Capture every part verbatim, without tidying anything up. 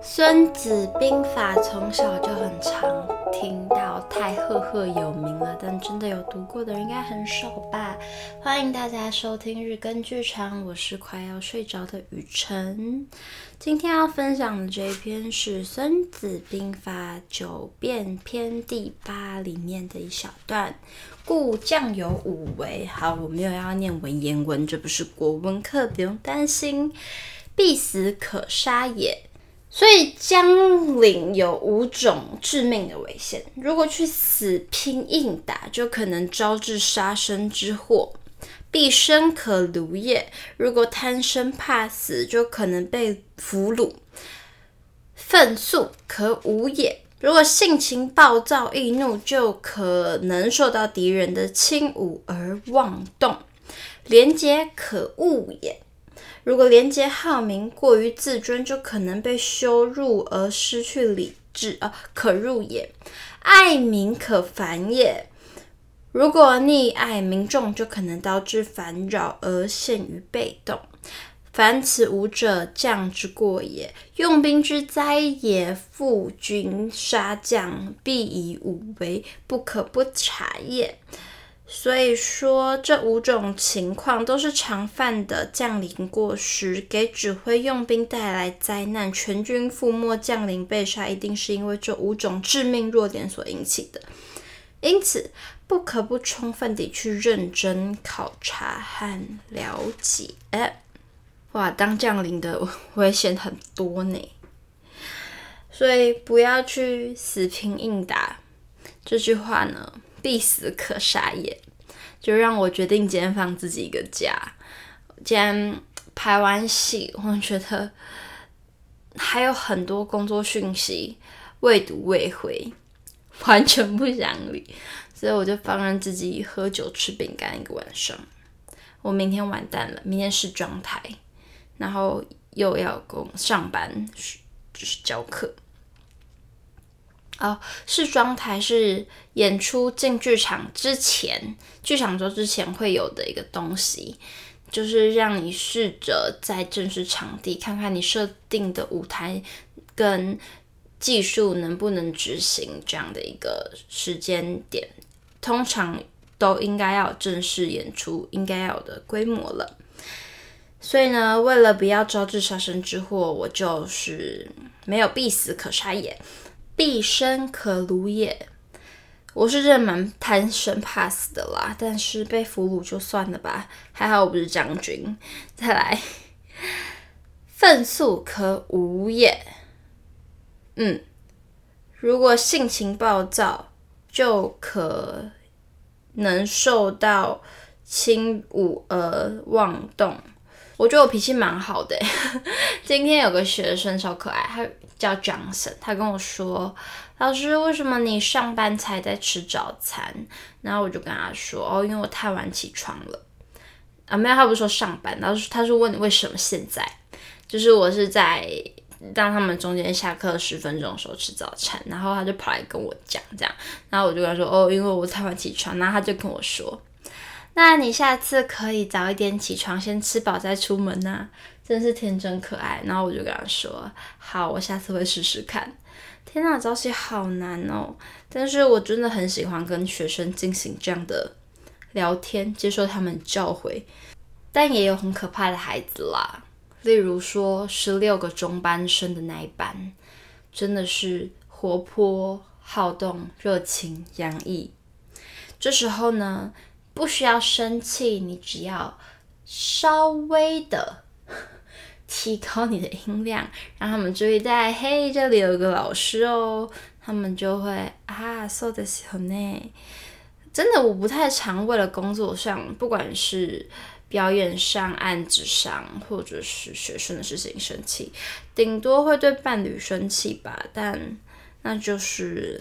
孙子兵法从小就很常听到，太赫赫有名了，但真的有读过的人应该很少吧。欢迎大家收听日更剧场，我是快要睡着的雨晨。今天要分享的这一篇是《孙子兵法九变篇》第八里面的一小段。故将有五为，好，我没有要念文言文，这不是国文课，不用担心。必死可杀也。所以将领有五种致命的危险，如果去死拼硬打，就可能招致杀身之祸。必生可虏也，如果贪生怕死，就可能被俘虏。愤速可侮也，如果性情暴躁易怒，就可能受到敌人的轻侮而妄动。廉洁可恶也，如果廉洁好名，过于自尊，就可能被羞辱而失去理智。呃，可辱也。爱民可烦也，如果溺爱民众，就可能导致烦扰而陷于被动。凡此五者，将之过也。用兵之灾也，负君杀将，必以五为，不可不察也。所以说，这五种情况都是常犯的将领过失，给指挥用兵带来灾难，全军覆没，将领被杀，一定是因为这五种致命弱点所引起的。因此，不可不充分地去认真考察和了解。哇，当将领的危险很多呢，所以不要去死拼硬打。这句话呢，必死可杀也，就让我决定今天放自己一个假。今天拍完戏，我觉得还有很多工作讯息未读未回，完全不想理，所以我就放任自己喝酒吃饼干一个晚上。我明天完蛋了，明天是妆台，然后又要工上班，就是教课。哦，试妆台是演出进剧场之前，剧场周之前会有的一个东西，就是让你试着在正式场地看看你设定的舞台跟技术能不能执行这样的一个时间点，通常都应该要有正式演出应该要有的规模了。所以呢，为了不要招致杀身之祸，我就是没有必死可杀也。必生可虏也，我是真的蛮贪生怕死的啦，但是被俘虏就算了吧，还好我不是将军。再来，愤速可侮也，嗯，如果性情暴躁，就可能受到轻侮而妄动。我觉得我脾气蛮好的今天有个学生超可爱，他叫 Johnson， 他跟我说，老师，为什么你上班才在吃早餐？然后我就跟他说，哦，因为我太晚起床了。啊，没有，他不是说上班，然后他是问你为什么现在，就是我是在让他们中间下课十分钟的时候吃早餐，然后他就跑来跟我讲这样，然后我就跟他说，哦，因为我太晚起床，然后他就跟我说，那你下次可以早一点起床，先吃饱再出门啊，真是天真可爱。然后我就跟他说，好，我下次会试试看。天哪，早起好难哦，但是我真的很喜欢跟学生进行这样的聊天，接受他们教诲。但也有很可怕的孩子啦，例如说十六个中班生的那一班，真的是活泼好动热情洋溢。这时候呢，不需要生气，你只要稍微的提高你的音量，让他们注意在，嘿，这里有一个老师哦，他们就会啊，そうですよね。真的，我不太常为了工作上，不管是表演上、案子上，或者是学生的事情生气，顶多会对伴侣生气吧，但那就是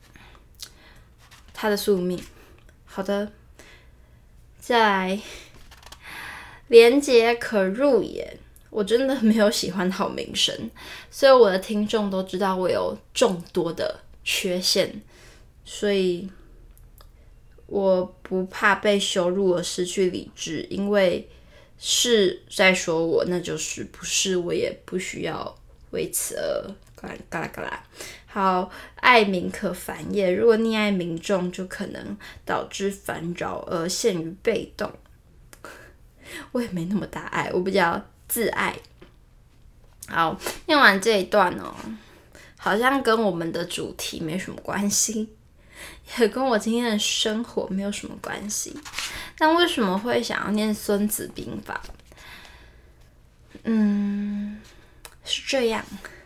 他的宿命。好的。再来，廉洁可辱也，我真的没有喜欢好名声，所以我的听众都知道我有众多的缺陷，所以我不怕被羞辱而失去理智，因为是在说我，那就是不是我也不需要为此而嘎啦嘎啦。好，爱民可繁衍，如果溺爱民众，就可能导致烦扰而陷于被动。我也没那么大爱，我比较自爱。好，念完这一段哦，好像跟我们的主题没什么关系，也跟我今天的生活没有什么关系。但为什么会想要念《孙子兵法》？嗯，是这样。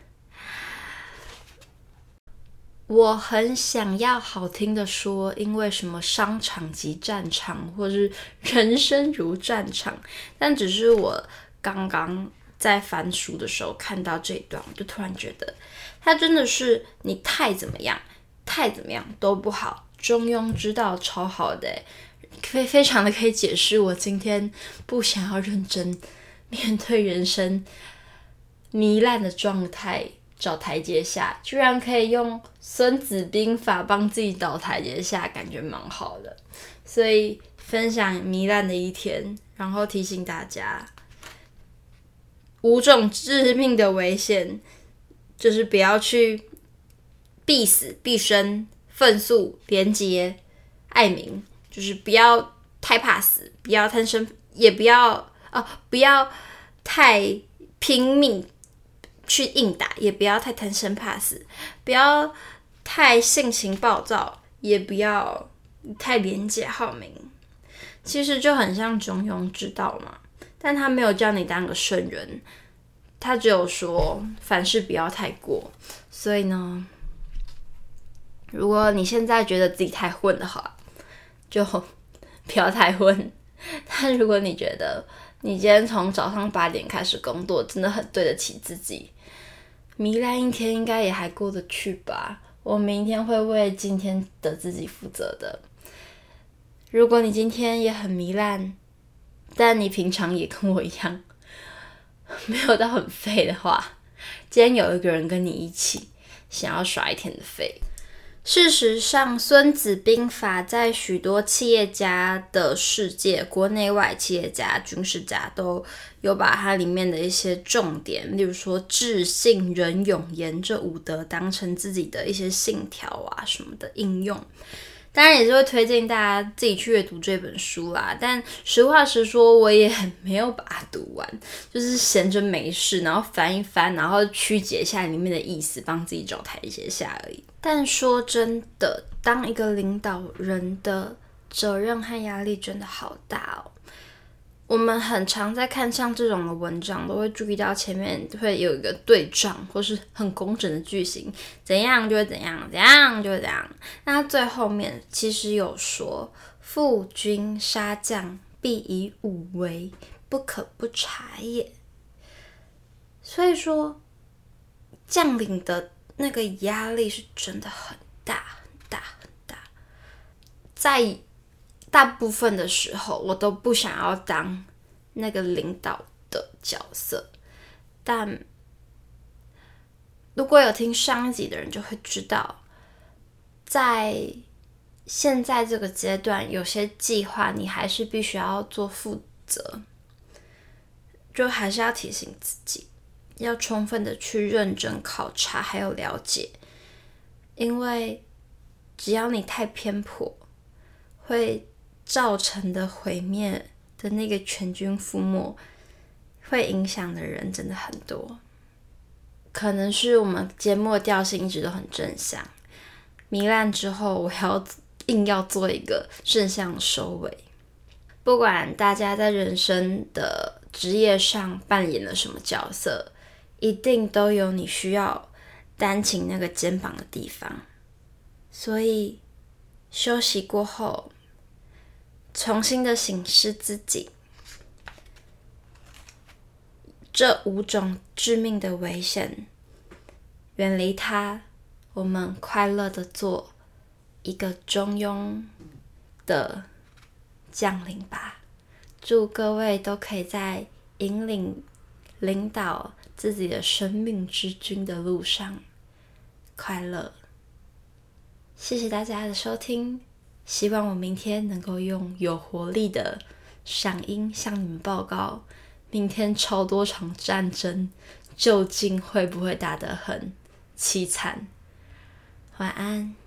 我很想要好听的说，因为什么商场即战场，或是人生如战场，但只是我刚刚在翻书的时候看到这一段，我就突然觉得，它真的是你太怎么样，太怎么样都不好，中庸之道超好的，非非常的可以解释我今天不想要认真面对人生糜烂的状态。找台阶下，居然可以用《孙子兵法》帮自己找台阶下，感觉蛮好的。所以分享糜烂的一天，然后提醒大家，五种致命的危险，就是不要去必死、必生、愤速、廉洁、爱民，就是不要太怕死，不要贪生，也不要哦，不要太拼命。去硬打，也不要太贪生怕死，不要太性情暴躁，也不要太廉洁好名。其实就很像中庸之道嘛，但他没有叫你当个圣人，他只有说凡事不要太过。所以呢，如果你现在觉得自己太混的话，就不要太混。但如果你觉得你今天从早上八点开始工作，真的很对得起自己，糜烂一天应该也还过得去吧。我明天会为今天的自己负责的。如果你今天也很糜烂，但你平常也跟我一样没有到很废的话，今天有一个人跟你一起想要耍一天的废。事实上，《孙子兵法》在许多企业家的世界，国内外企业家、军事家都有把它里面的一些重点，例如说智、信、仁、勇、严这五德当成自己的一些信条啊什么的应用。当然也是会推荐大家自己去阅读这本书啦，但实话实说，我也很没有把它读完，就是闲着没事，然后翻一翻，然后曲解一下里面的意思，帮自己找台阶下而已。但说真的，当一个领导人的责任和压力真的好大哦。我们很常在看像这种的文章，都会注意到前面会有一个对仗，或是很工整的句型，怎样就会怎样，怎样就会怎样。那最后面其实有说，负君杀将，必以武为，不可不察也。所以说，将领的那个压力是真的很大很大很大，在大部分的时候，我都不想要当那个领导的角色。但如果有听上一集的人就会知道，在现在这个阶段，有些计划你还是必须要做负责，就还是要提醒自己，要充分的去认真考察还有了解，因为只要你太偏颇，会造成的毁灭的那个全军覆没，会影响的人真的很多。可能是我们节目的调性一直都很正向，糜烂之后我要硬要做一个正向收尾。不管大家在人生的职业上扮演了什么角色，一定都有你需要担起那个肩膀的地方。所以休息过后，重新的审视自己，这五种致命的危险，远离它，我们快乐的做一个中庸的将领吧。祝各位都可以在引领领导自己的生命之军的路上快乐。谢谢大家的收听，希望我明天能够用有活力的嗓音向你们报告明天超多场战争究竟会不会打得很凄惨？晚安。